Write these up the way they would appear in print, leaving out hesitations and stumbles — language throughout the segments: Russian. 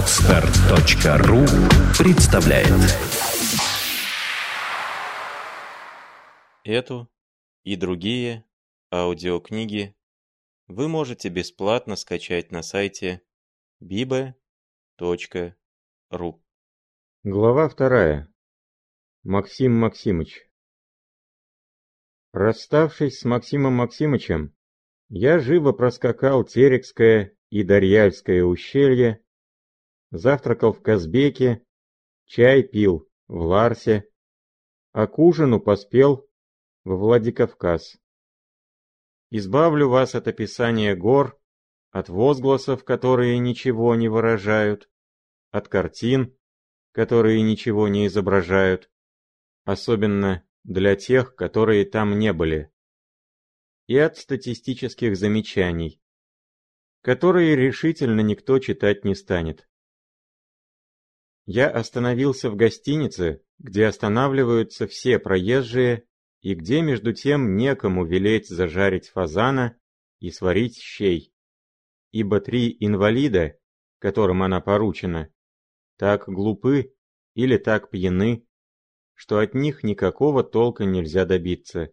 Podster.ru представляет. Эту и другие аудиокниги вы можете бесплатно скачать на сайте bibe.ru. Глава 2. Максим Максимыч. Расставшись с Максимом Максимычем, я живо проскакал Терекское и Дарьяльское ущелье, завтракал в Казбеке, чай пил в Ларсе, а к ужину поспел во Владикавказ. Избавлю вас от описания гор, от возгласов, которые ничего не выражают, от картин, которые ничего не изображают, особенно для тех, которые там не были, и от статистических замечаний, которые решительно никто читать не станет. Я остановился в гостинице, где останавливаются все проезжие и где между тем некому велеть зажарить фазана и сварить щей, ибо 3 инвалида, которым она поручена, так глупы или так пьяны, что от них никакого толка нельзя добиться.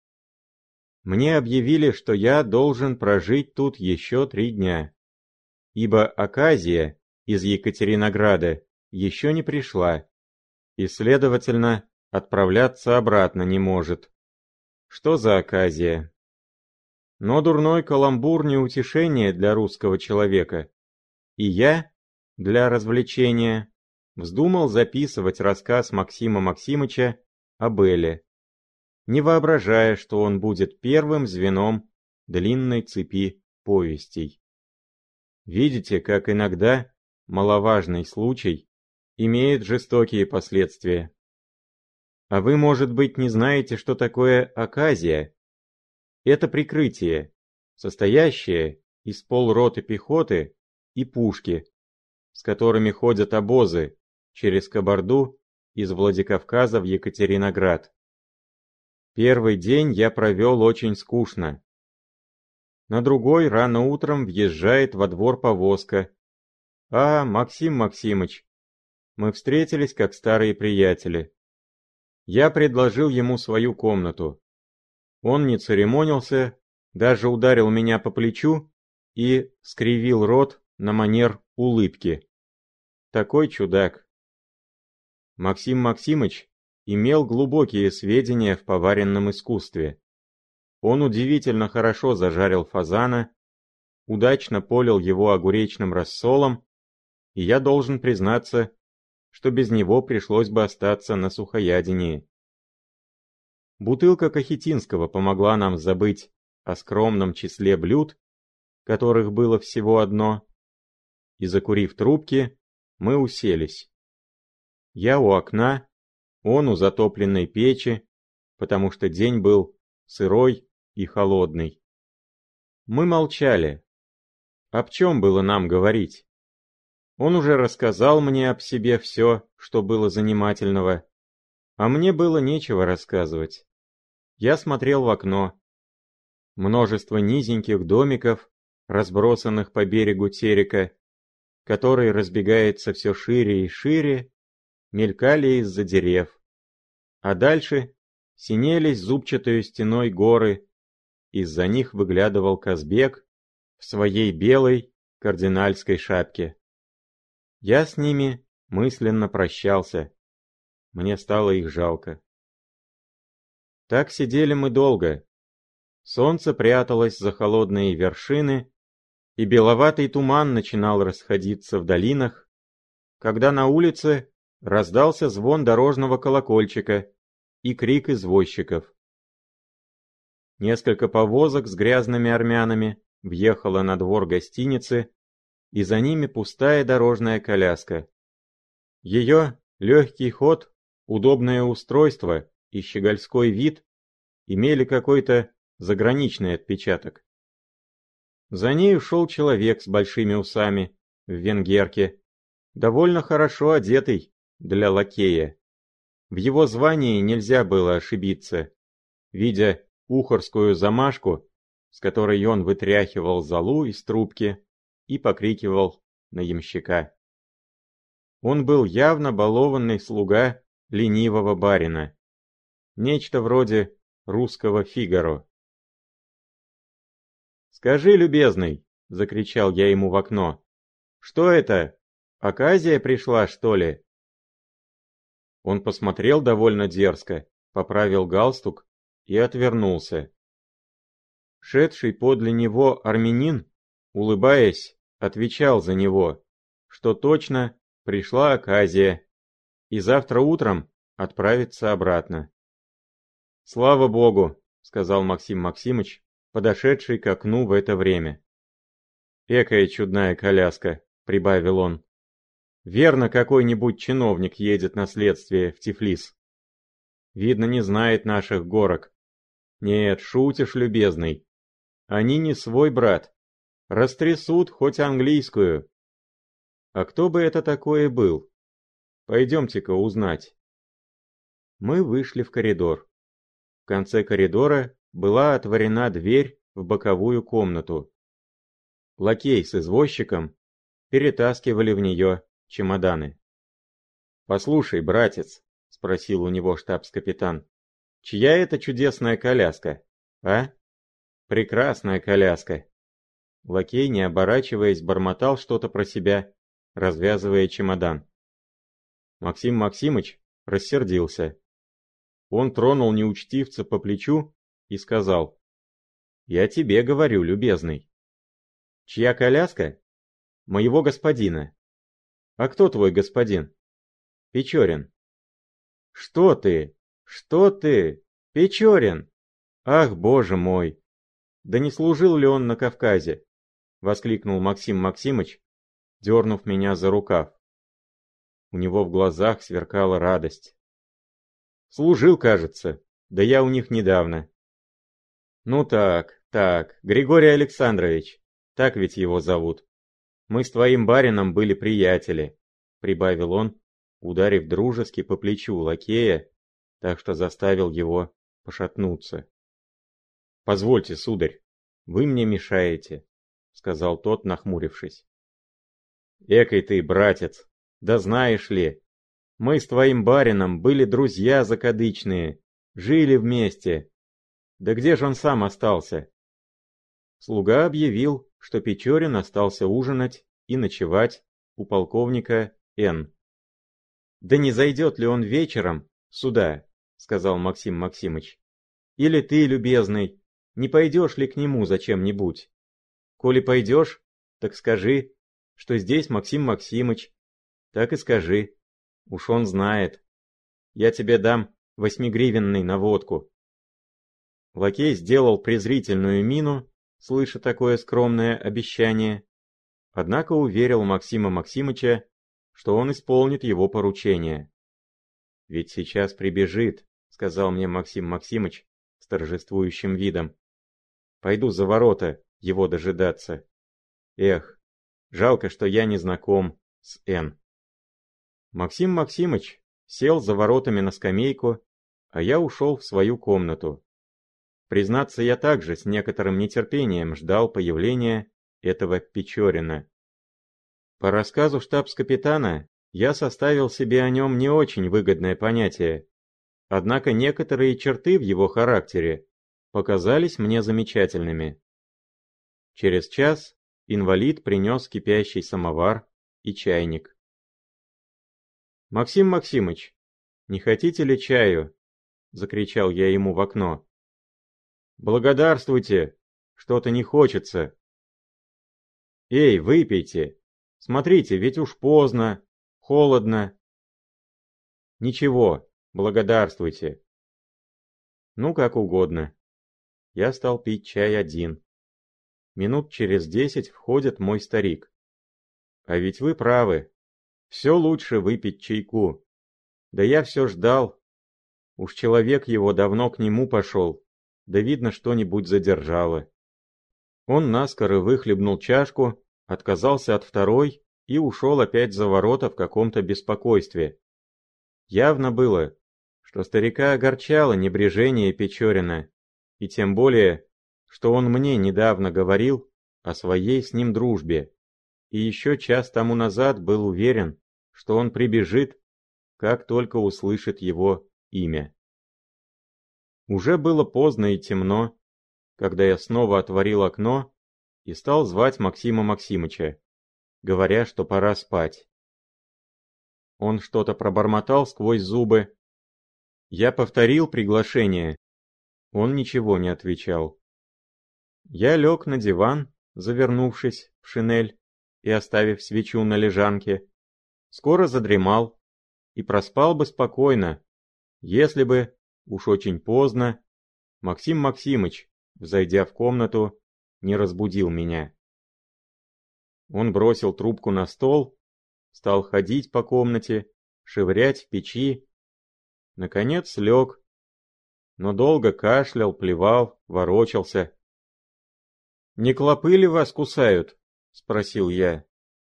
Мне объявили, что я должен прожить тут еще 3 дня, ибо оказия из Екатеринограда еще не пришла, и, следовательно, отправляться обратно не может. Что за оказия? Но дурной каламбур не утешение для русского человека, и я, для развлечения, вздумал записывать рассказ Максима Максимыча об Элле, не воображая, что он будет первым звеном длинной цепи повестей. Видите, как иногда маловажный случай имеет жестокие последствия. А вы, может быть, не знаете, что такое оказия? Это прикрытие, состоящее из полроты пехоты и пушки, с которыми ходят обозы через Кабарду из Владикавказа в Екатериноград. Первый день я провел очень скучно. На другой рано утром въезжает во двор повозка. А, Максим Максимыч, мы встретились как старые приятели. Я предложил ему свою комнату. Он не церемонился, даже ударил меня по плечу и скривил рот на манер улыбки. Такой чудак. Максим Максимыч имел глубокие сведения в поваренном искусстве. Он удивительно хорошо зажарил фазана, удачно полил его огуречным рассолом, и я должен признаться, что без него пришлось бы остаться на сухоядении. Бутылка Кахетинского помогла нам забыть о скромном числе блюд, которых было всего одно, и, закурив трубки, мы уселись. Я у окна, он у затопленной печи, потому что день был сырой и холодный. Мы молчали. Об чем было нам говорить? Он уже рассказал мне об себе все, что было занимательного, а мне было нечего рассказывать. Я смотрел в окно. Множество низеньких домиков, разбросанных по берегу Терека, который разбегается все шире и шире, мелькали из-за дерев. А дальше синелись зубчатой стеной горы, из-за них выглядывал Казбек в своей белой кардинальской шапке. Я с ними мысленно прощался. Мне стало их жалко. Так сидели мы долго. Солнце пряталось за холодные вершины, и беловатый туман начинал расходиться в долинах, когда на улице раздался звон дорожного колокольчика и крик извозчиков. Несколько повозок с грязными армянами въехало на двор гостиницы, и за ними пустая дорожная коляска. Ее легкий ход, удобное устройство и щегольской вид имели какой-то заграничный отпечаток. За ней шел человек с большими усами в венгерке, довольно хорошо одетый для лакея. В его звании нельзя было ошибиться, видя ухорскую замашку, с которой он вытряхивал золу из трубки и покрикивал на ямщика. Он был явно балованный слуга ленивого барина. Нечто вроде русского Фигаро. «Скажи, любезный!» — закричал я ему в окно. «Что это? Оказия пришла, что ли?» Он посмотрел довольно дерзко, поправил галстук и отвернулся. Шедший подле него армянин, улыбаясь, отвечал за него, что точно пришла оказия, и завтра утром отправится обратно. «Слава Богу!» — сказал Максим Максимыч, подошедший к окну в это время. «Экая чудная коляска», — прибавил он. «Верно, какой-нибудь чиновник едет на следствие в Тифлис. Видно, не знает наших горок. Нет, шутишь, любезный. Они не свой брат. Растрясут хоть английскую. А кто бы это такое был? Пойдемте-ка узнать». Мы вышли в коридор. В конце коридора была отворена дверь в боковую комнату. Лакей с извозчиком перетаскивали в нее чемоданы. «Послушай, братец», — спросил у него штабс-капитан, — «чья это чудесная коляска, а?» «Прекрасная коляска». Лакей, не оборачиваясь, бормотал что-то про себя, развязывая чемодан. Максим Максимыч рассердился. Он тронул неучтивца по плечу и сказал: «Я тебе говорю, любезный». «Чья коляска?» «Моего господина». «А кто твой господин?» «Печорин». «Что ты? Что ты? Печорин! Ах, боже мой! Да не служил ли он на Кавказе?» — воскликнул Максим Максимыч, дернув меня за рукав. У него в глазах сверкала радость. «Служил, кажется, да я у них недавно». «Ну так, Григорий Александрович, так ведь его зовут. Мы с твоим барином были приятели», — прибавил он, ударив дружески по плечу лакея, так что заставил его пошатнуться. «Позвольте, сударь, вы мне мешаете», — сказал тот, нахмурившись. «Экой ты, братец, да знаешь ли, мы с твоим барином были друзья закадычные, жили вместе. Да где же он сам остался?» Слуга объявил, что Печорин остался ужинать и ночевать у полковника Н. «Да не зайдет ли он вечером сюда?» — сказал Максим Максимыч. «Или ты, любезный, не пойдешь ли к нему зачем-нибудь? Коли пойдешь, так скажи, что здесь Максим Максимыч. Так и скажи. Уж он знает. Я тебе дам 8-гривенный на водку». Лакей сделал презрительную мину, слыша такое скромное обещание, однако уверил Максима Максимыча, что он исполнит его поручение. «Ведь сейчас прибежит», — сказал мне Максим Максимыч с торжествующим видом. «Пойду за ворота его дожидаться. Эх, жалко, что я не знаком с Н». Максим Максимыч сел за воротами на скамейку, а я ушел в свою комнату. Признаться, я также с некоторым нетерпением ждал появления этого Печорина. По рассказу штабс-капитана, я составил себе о нем не очень выгодное понятие, однако некоторые черты в его характере показались мне замечательными. Через час инвалид принес кипящий самовар и чайник. «Максим Максимыч, не хотите ли чаю?» — закричал я ему в окно. «Благодарствуйте, что-то не хочется». «Эй, выпейте! Смотрите, ведь уж поздно, холодно». «Ничего, благодарствуйте». «Ну, как угодно». Я стал пить чай один. Минут через 10 входит мой старик. «А ведь вы правы. Все лучше выпить чайку. Да я все ждал. Уж человек его давно к нему пошел, да видно, что-нибудь задержало». Он наскоро выхлебнул чашку, отказался от второй и ушел опять за ворота в каком-то беспокойстве. Явно было, что старика огорчало небрежение Печорина, и тем более, что он мне недавно говорил о своей с ним дружбе, и еще час тому назад был уверен, что он прибежит, как только услышит его имя. Уже было поздно и темно, когда я снова отворил окно и стал звать Максима Максимыча, говоря, что пора спать. Он что-то пробормотал сквозь зубы. Я повторил приглашение. Он ничего не отвечал. Я лег на диван, завернувшись в шинель и оставив свечу на лежанке. Скоро задремал и проспал бы спокойно, если бы, уж очень поздно, Максим Максимыч, взойдя в комнату, не разбудил меня. Он бросил трубку на стол, стал ходить по комнате, швырять в печи. Наконец лег, но долго кашлял, плевал, ворочался. «Не клопы ли вас кусают?» — спросил я.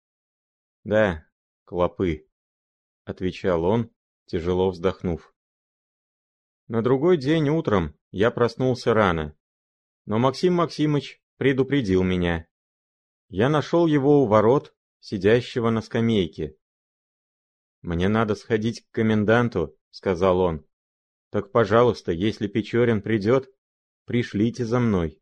«Да, клопы», — отвечал он, тяжело вздохнув. На другой день утром я проснулся рано, но Максим Максимыч предупредил меня. Я нашел его у ворот, сидящего на скамейке. «Мне надо сходить к коменданту», — сказал он. «Так, пожалуйста, если Печорин придет, пришлите за мной».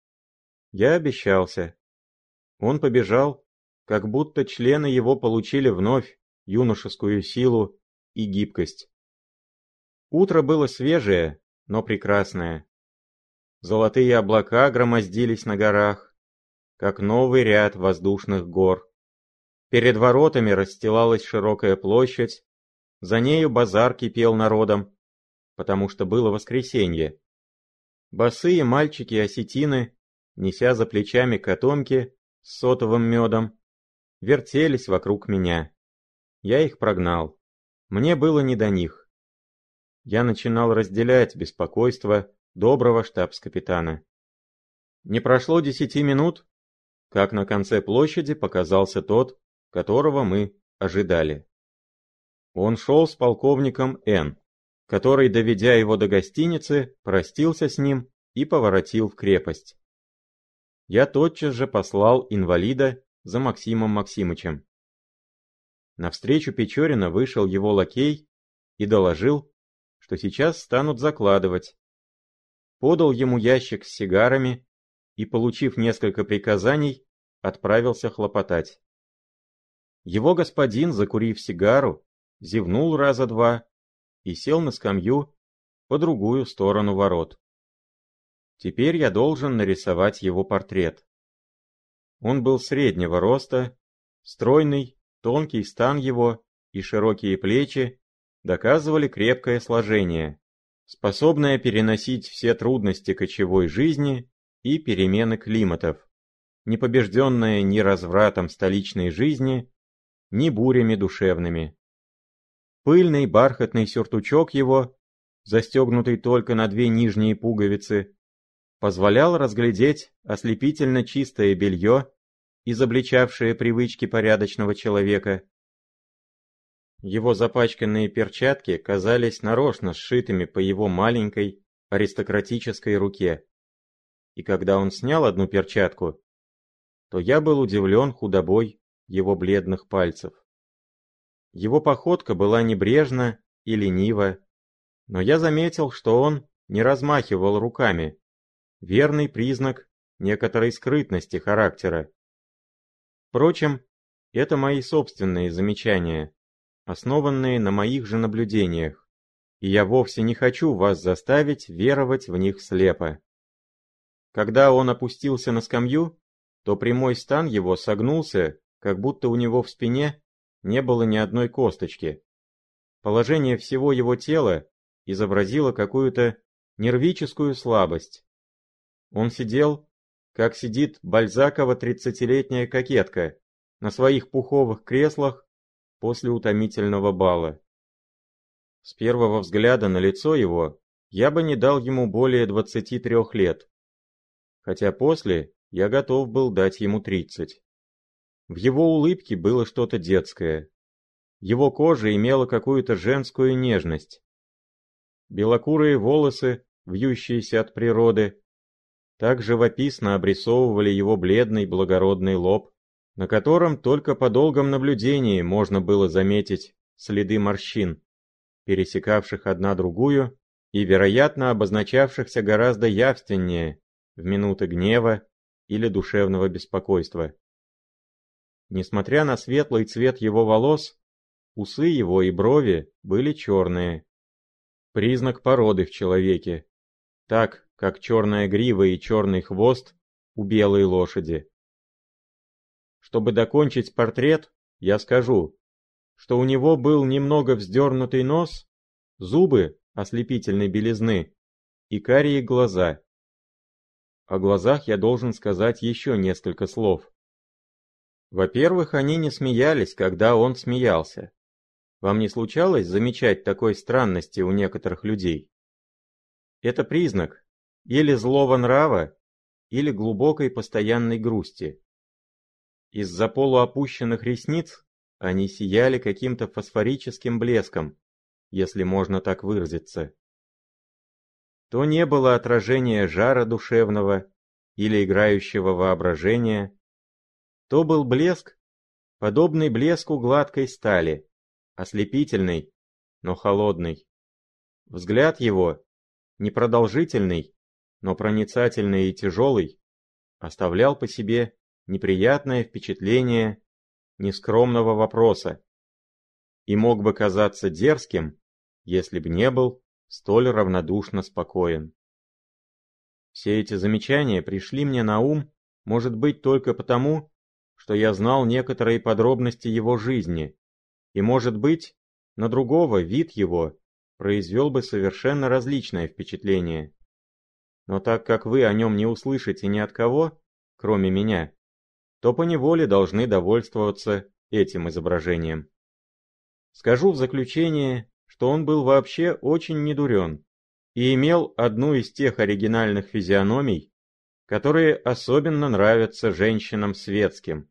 Я обещался. Он побежал, как будто члены его получили вновь юношескую силу и гибкость. Утро было свежее, но прекрасное. Золотые облака громоздились на горах, как новый ряд воздушных гор. Перед воротами расстилалась широкая площадь, за нею базар кипел народом, потому что было воскресенье. Босые мальчики-осетины, неся за плечами котомки с сотовым медом, вертелись вокруг меня. Я их прогнал. Мне было не до них. Я начинал разделять беспокойство доброго штабс-капитана. Не прошло 10 минут, как на конце площади показался тот, которого мы ожидали. Он шел с полковником Н., который, доведя его до гостиницы, простился с ним и поворотил в крепость. Я тотчас же послал инвалида за Максимом Максимычем. Навстречу Печорина вышел его лакей и доложил, что сейчас станут закладывать. Подал ему ящик с сигарами и, получив несколько приказаний, отправился хлопотать. Его господин, закурив сигару, зевнул раза два и сел на скамью по другую сторону ворот. Теперь я должен нарисовать его портрет. Он был среднего роста, стройный, тонкий стан его и широкие плечи доказывали крепкое сложение, способное переносить все трудности кочевой жизни и перемены климатов, не побежденное ни развратом столичной жизни, ни бурями душевными. Пыльный бархатный сюртучок его, застегнутый только на 2 нижние пуговицы, позволял разглядеть ослепительно чистое белье, изобличавшее привычки порядочного человека. Его запачканные перчатки казались нарочно сшитыми по его маленькой аристократической руке. И когда он снял одну перчатку, то я был удивлен худобой его бледных пальцев. Его походка была небрежна и ленива, но я заметил, что он не размахивал руками, верный признак некоторой скрытности характера. Впрочем, это мои собственные замечания, основанные на моих же наблюдениях, и я вовсе не хочу вас заставить веровать в них слепо. Когда он опустился на скамью, то прямой стан его согнулся, как будто у него в спине не было ни одной косточки. Положение всего его тела изобразило какую-то нервическую слабость. Он сидел, как сидит Бальзакова 30-летняя кокетка на своих пуховых креслах после утомительного бала. С первого взгляда на лицо его я бы не дал ему более 23 лет, хотя после я готов был дать ему 30. В его улыбке было что-то детское. Его кожа имела какую-то женскую нежность. Белокурые волосы, вьющиеся от природы, так живописно обрисовывали его бледный благородный лоб, на котором только по долгом наблюдении можно было заметить следы морщин, пересекавших одна другую и, вероятно, обозначавшихся гораздо явственнее в минуты гнева или душевного беспокойства. Несмотря на светлый цвет его волос, усы его и брови были черные. Признак породы в человеке, так как черная грива и черный хвост у белой лошади. Чтобы докончить портрет, я скажу, что у него был немного вздернутый нос, зубы ослепительной белизны и карие глаза. О глазах я должен сказать еще несколько слов. Во-первых, они не смеялись, когда он смеялся. Вам не случалось замечать такой странности у некоторых людей? Это признак или злого нрава, или глубокой постоянной грусти. Из-за полуопущенных ресниц они сияли каким-то фосфорическим блеском, если можно так выразиться. То не было отражения жара душевного или играющего воображения, то был блеск, подобный блеску гладкой стали, ослепительный, но холодный. Взгляд его, непродолжительный, но проницательный и тяжелый, оставлял по себе неприятное впечатление нескромного вопроса и мог бы казаться дерзким, если б не был столь равнодушно спокоен. Все эти замечания пришли мне на ум, может быть, только потому, что я знал некоторые подробности его жизни, и, может быть, на другого вид его произвел бы совершенно различное впечатление. Но так как вы о нем не услышите ни от кого, кроме меня, то поневоле должны довольствоваться этим изображением. Скажу в заключение, что он был вообще очень недурен и имел одну из тех оригинальных физиономий, которые особенно нравятся женщинам светским.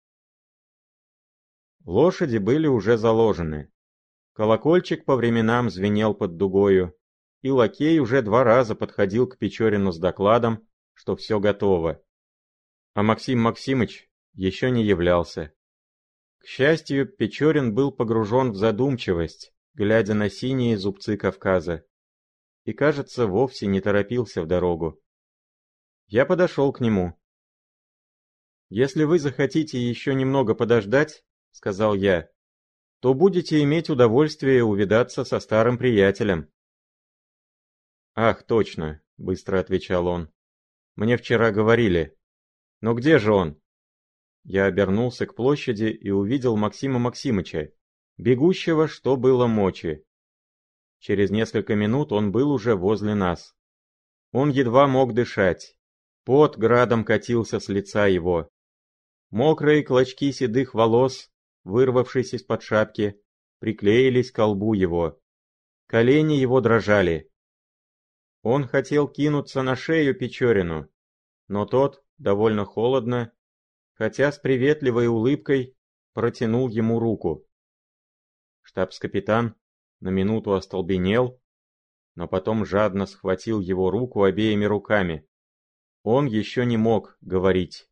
Лошади были уже заложены. Колокольчик по временам звенел под дугою, и лакей уже 2 раза подходил к Печорину с докладом, что все готово. А Максим Максимыч еще не являлся. К счастью, Печорин был погружен в задумчивость, глядя на синие зубцы Кавказа, и, кажется, вовсе не торопился в дорогу. Я подошел к нему. «Если вы захотите еще немного подождать, — сказал я, — то будете иметь удовольствие увидаться со старым приятелем». «Ах, точно, — быстро отвечал он, — мне вчера говорили. Но где же он?» Я обернулся к площади и увидел Максима Максимыча, бегущего, что было мочи. Через несколько минут он был уже возле нас. Он едва мог дышать. Пот градом катился с лица его. Мокрые клочки седых волос, вырвавшись из-под шапки, приклеились к лбу его. Колени его дрожали. Он хотел кинуться на шею Печорину, но тот, довольно холодно, хотя с приветливой улыбкой, протянул ему руку. Штабс-капитан на минуту остолбенел, но потом жадно схватил его руку обеими руками. Он еще не мог говорить.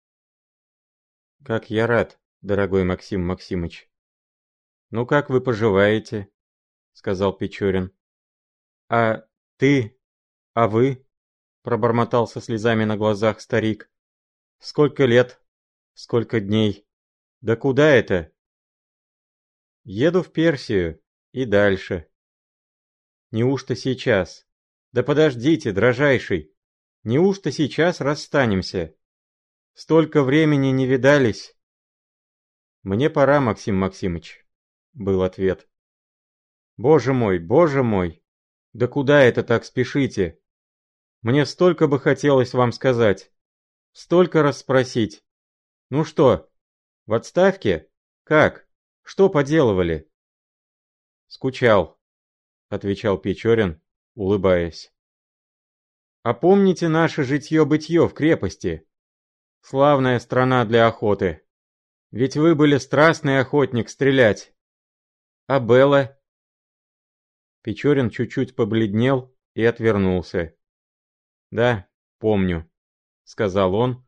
«Как я рад, дорогой Максим Максимыч!» «Ну как вы поживаете?» — сказал Печорин. «А ты? А вы?» — пробормотал со слезами на глазах старик. «Сколько лет? Сколько дней? Да куда это?» «Еду в Персию и дальше». «Неужто сейчас? Да подождите, дрожайший! Неужто сейчас расстанемся? Столько времени не видались!» «Мне пора, Максим Максимыч», — был ответ. Боже мой, да куда это так спешите? Мне столько бы хотелось вам сказать, столько расспросить. Ну что, в отставке? Как? Что поделывали?» «Скучал», — отвечал Печорин, улыбаясь. «А помните наше житье-бытье в крепости? Славная страна для охоты. Ведь вы были страстный охотник стрелять. А Белла?» Печорин чуть-чуть побледнел и отвернулся. «Да, помню», — сказал он,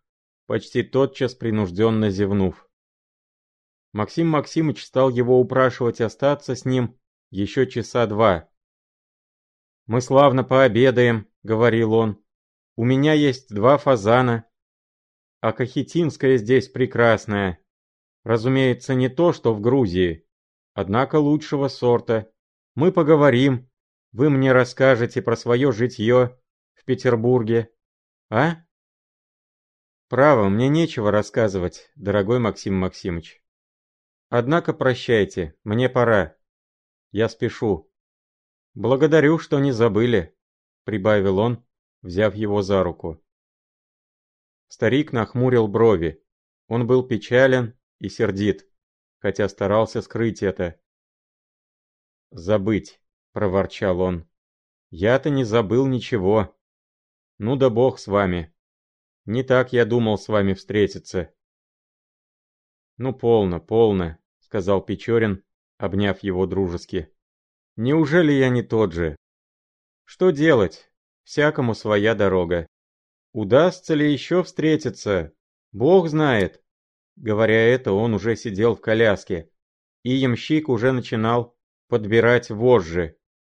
почти тотчас принужденно зевнув. Максим Максимыч стал его упрашивать остаться с ним еще часа два. «Мы славно пообедаем», — говорил он. «У меня есть 2 фазана, а кахетинская здесь прекрасная. Разумеется, не то, что в Грузии, однако лучшего сорта. Мы поговорим, вы мне расскажете про свое житье в Петербурге. А?» «Право, мне нечего рассказывать, дорогой Максим Максимыч. Однако прощайте, мне пора. Я спешу. Благодарю, что не забыли», — прибавил он, взяв его за руку. Старик нахмурил брови. Он был печален и сердит, хотя старался скрыть это. «Забыть», — проворчал он. «Я-то не забыл ничего. Ну да бог с вами. Не так я думал с вами встретиться». «Ну полно, полно», — сказал Печорин, обняв его дружески. «Неужели я не тот же? Что делать? Всякому своя дорога. Удастся ли еще встретиться? Бог знает». Говоря это, он уже сидел в коляске, и ямщик уже начинал подбирать вожжи.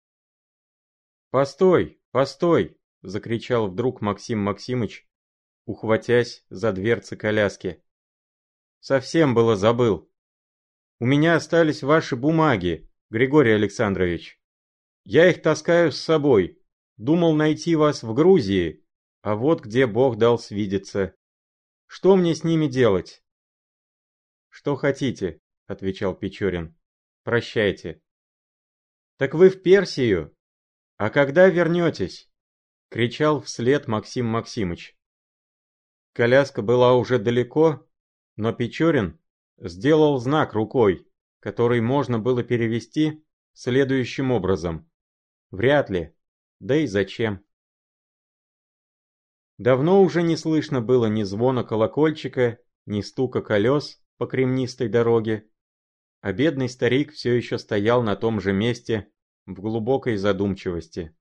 «Постой, постой!» — закричал вдруг Максим Максимыч, ухватясь за дверцы коляски. «Совсем было забыл. У меня остались ваши бумаги, Григорий Александрович. Я их таскаю с собой. Думал найти вас в Грузии, а вот где Бог дал свидеться. Что мне с ними делать?» «Что хотите», — отвечал Печорин. «Прощайте». «Так вы в Персию? А когда вернетесь?» — кричал вслед Максим Максимыч. Коляска была уже далеко, но Печорин сделал знак рукой, который можно было перевести следующим образом. Вряд ли, да и зачем. Давно уже не слышно было ни звона колокольчика, ни стука колес по кремнистой дороге, а бедный старик все еще стоял на том же месте в глубокой задумчивости.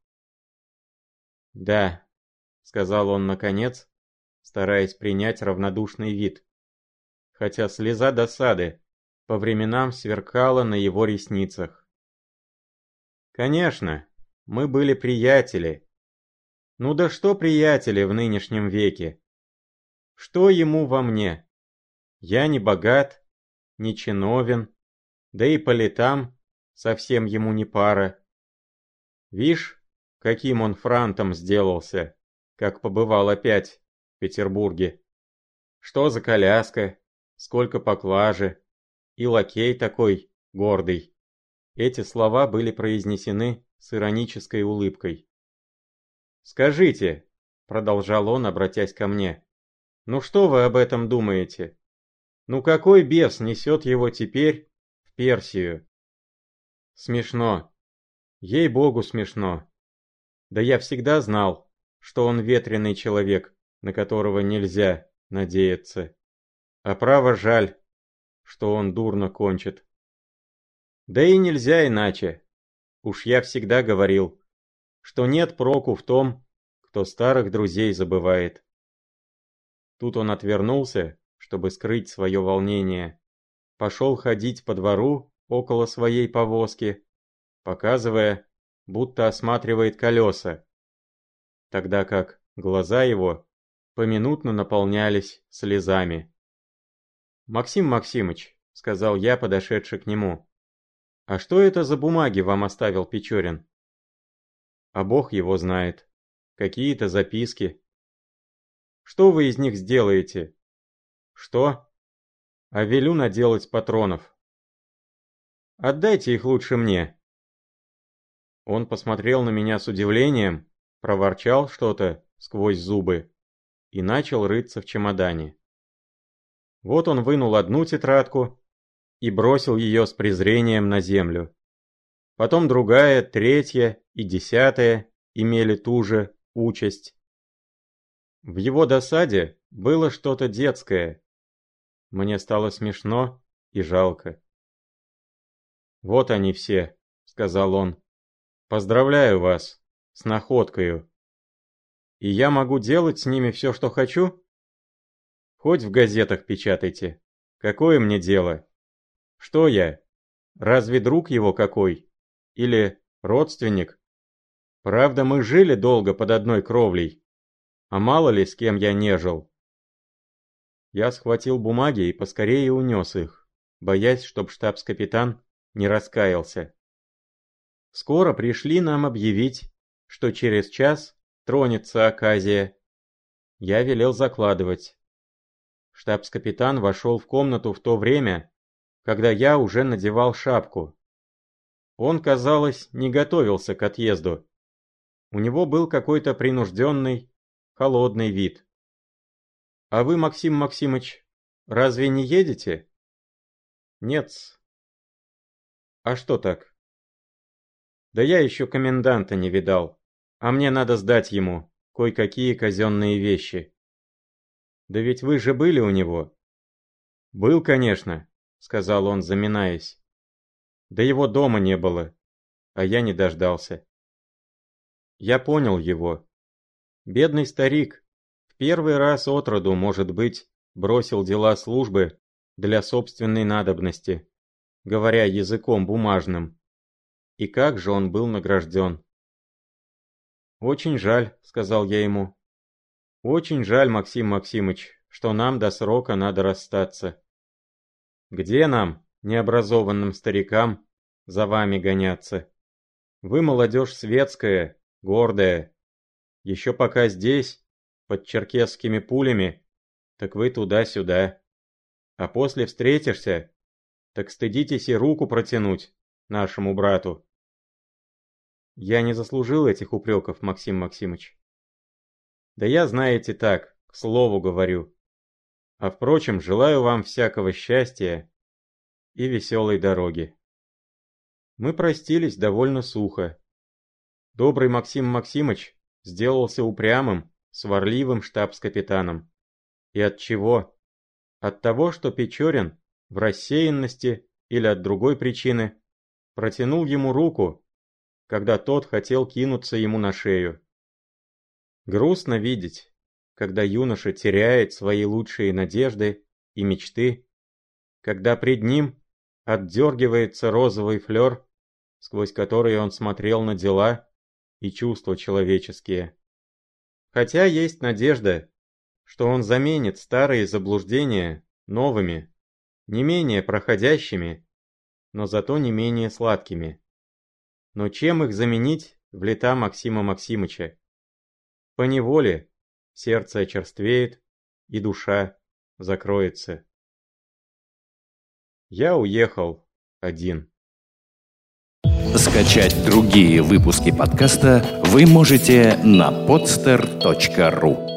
«Да», — сказал он наконец, стараясь принять равнодушный вид, хотя слеза досады по временам сверкала на его ресницах. «Конечно, мы были приятели. Ну да что приятели в нынешнем веке? Что ему во мне? Я не богат, не чиновен, да и по летам совсем ему не пара. Вишь, каким он франтом сделался, как побывал опять в Петербурге. Что за коляска, сколько поклажи, и лакей такой гордый». Эти слова были произнесены с иронической улыбкой. «Скажите», — продолжал он, обратясь ко мне, — «ну что вы об этом думаете? Ну какой бес несет его теперь в Персию?» Смешно. Ей-богу, смешно. Да я всегда знал, что он ветреный человек, на которого нельзя надеяться. А право жаль, что он дурно кончит. Да и нельзя иначе. Уж я всегда говорил, что нет проку в том, кто старых друзей забывает. Тут он отвернулся, чтобы скрыть свое волнение. Пошел ходить по двору около своей повозки, показывая, будто осматривает колеса, тогда как глаза его поминутно наполнялись слезами. «Максим Максимыч», — сказал я, подошедший к нему, — «а что это за бумаги вам оставил Печорин?» «А Бог его знает. Какие-то записки». «Что вы из них сделаете?» «Что?» «А велю наделать патронов». «Отдайте их лучше мне». Он посмотрел на меня с удивлением, проворчал что-то сквозь зубы и начал рыться в чемодане. Вот он вынул одну тетрадку и бросил ее с презрением на землю. Потом другая, третья и 10 имели ту же участь. В его досаде было что-то детское. Мне стало смешно и жалко. «Вот они все», — сказал он. «Поздравляю вас с находкою. И я могу делать с ними все, что хочу?» Хоть в газетах печатайте. Какое мне дело? Что я? Разве друг его какой? Или родственник? Правда, мы жили долго под одной кровлей. А мало ли, с кем я не жил. Я схватил бумаги и поскорее унес их, боясь, чтоб штабс-капитан не раскаялся. Скоро пришли нам объявить, что через час тронется оказия. Я велел закладывать. Штабс-капитан вошел в комнату в то время, когда я уже надевал шапку. Он, казалось, не готовился к отъезду. У него был какой-то принужденный, холодный вид. «А вы, Максим Максимыч, разве не едете?» «Нет-с». «А что так?» «Да я еще коменданта не видал, а мне надо сдать ему кое-какие казенные вещи». «Да ведь вы же были у него?» «Был, конечно», — сказал он, заминаясь. «Да его дома не было, а я не дождался». Я понял его. Бедный старик, в первый раз отроду, может быть, бросил дела службы для собственной надобности, говоря языком бумажным. И как же он был награжден. «Очень жаль», — сказал я ему. «Очень жаль, Максим Максимыч, что нам до срока надо расстаться. Где нам, необразованным старикам, за вами гоняться? Вы молодежь светская, гордая. Еще пока здесь, под черкесскими пулями, так вы туда-сюда. А после встретишься, так стыдитесь и руку протянуть нашему брату». Я не заслужил этих упреков, Максим Максимыч. Да я, знаете, так, к слову говорю. А впрочем, желаю вам всякого счастья и веселой дороги. Мы простились довольно сухо. Добрый Максим Максимыч сделался упрямым, сварливым штабс-капитаном. И от чего? От того, что Печорин в рассеянности или от другой причины протянул ему руку, когда тот хотел кинуться ему на шею. Грустно видеть, когда юноша теряет свои лучшие надежды и мечты, когда пред ним отдергивается розовый флер, сквозь который он смотрел на дела и чувства человеческие. Хотя есть надежда, что он заменит старые заблуждения новыми, не менее проходящими, но зато не менее сладкими. Но чем их заменить в лета Максима Максимыча? Поневоле сердце очерствеет и душа закроется. Я уехал один. Скачать другие выпуски подкаста вы можете на podster.ru.